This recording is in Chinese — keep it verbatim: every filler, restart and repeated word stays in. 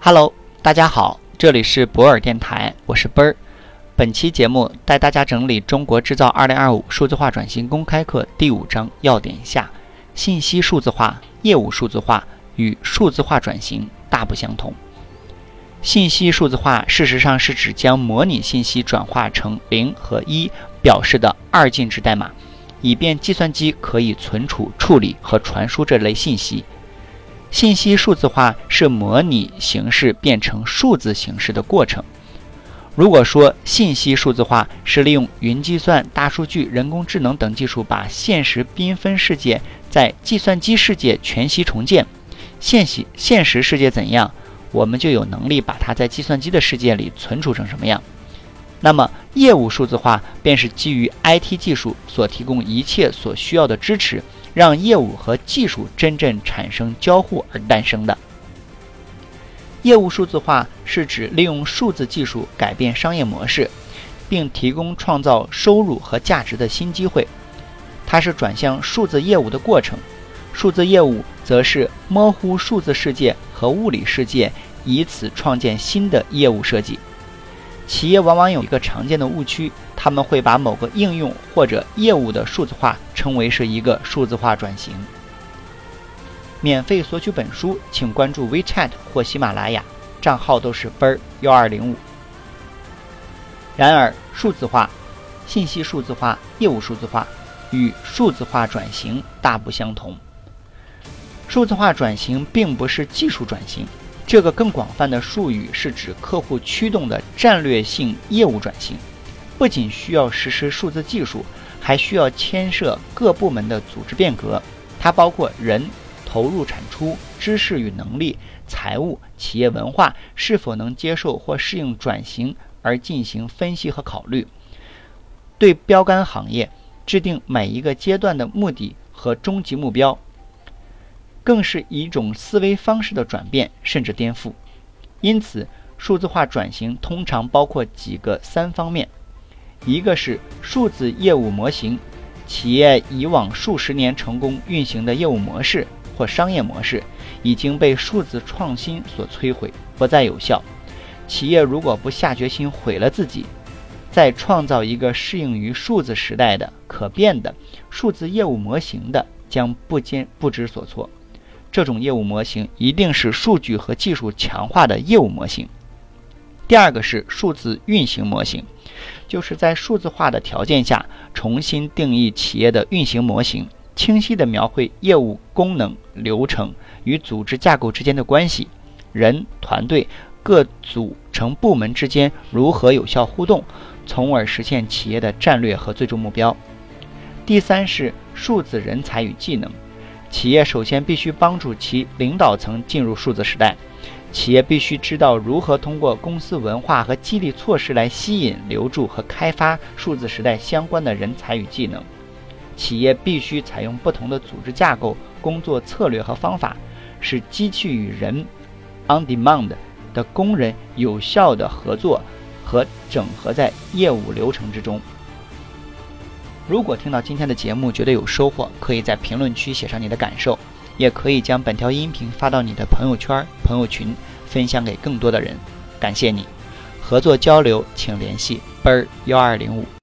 Hello， 大家好，这里是博尔电台，我是奔儿。本期节目带大家整理《中国制造二零二五数字化转型公开课》第五章要点下：信息数字化、业务数字化与数字化转型大不相同。信息数字化事实上是指将模拟信息转化成零和一表示的二进制代码，以便计算机可以存储、处理和传输这类信息。信息数字化是模拟形式变成数字形式的过程。如果说信息数字化是利用云计算、大数据、人工智能等技术把现实缤纷世界在计算机世界全息重建，现实现实世界怎样，我们就有能力把它在计算机的世界里存储成什么样。那么业务数字化便是基于 I T 技术所提供一切所需要的支持，让业务和技术真正产生交互而诞生的。业务数字化是指利用数字技术改变商业模式，并提供创造收入和价值的新机会。它是转向数字业务的过程。数字业务则是模糊数字世界和物理世界，以此创建新的业务设计。企业往往有一个常见的误区，他们会把某个应用或者业务的数字化称为是一个数字化转型。免费索取本书，请关注 WeChat 或喜马拉雅，账号都是奔儿一二零五。然而，数字化、信息数字化、业务数字化与数字化转型大不相同。数字化转型并不是技术转型，这个更广泛的术语是指客户驱动的战略性业务转型，不仅需要实施数字技术，还需要牵涉各部门的组织变革。它包括人、投入产出、知识与能力、财务、企业文化是否能接受或适应转型而进行分析和考虑，对标杆行业制定每一个阶段的目的和终极目标，更是一种思维方式的转变甚至颠覆。因此，数字化转型通常包括几个三方面。一个是数字业务模型，企业以往数十年成功运行的业务模式或商业模式已经被数字创新所摧毁，不再有效。企业如果不下决心毁了自己，再创造一个适应于数字时代的可变的数字业务模型的，将不坚不知所措。这种业务模型一定是数据和技术强化的业务模型。第二个是数字运行模型，就是在数字化的条件下重新定义企业的运行模型，清晰地描绘业务功能、流程与组织架构之间的关系，人、团队、各组成部门之间如何有效互动，从而实现企业的战略和最终目标。第三是数字人才与技能，企业首先必须帮助其领导层进入数字时代，企业必须知道如何通过公司文化和激励措施来吸引、留住和开发数字时代相关的人才与技能。企业必须采用不同的组织架构、工作策略和方法，使机器与人 on demand 的工人有效的合作和整合在业务流程之中。如果听到今天的节目觉得有收获，可以在评论区写上你的感受，也可以将本条音频发到你的朋友圈、朋友群，分享给更多的人。感谢你，合作交流请联系奔儿一二零五。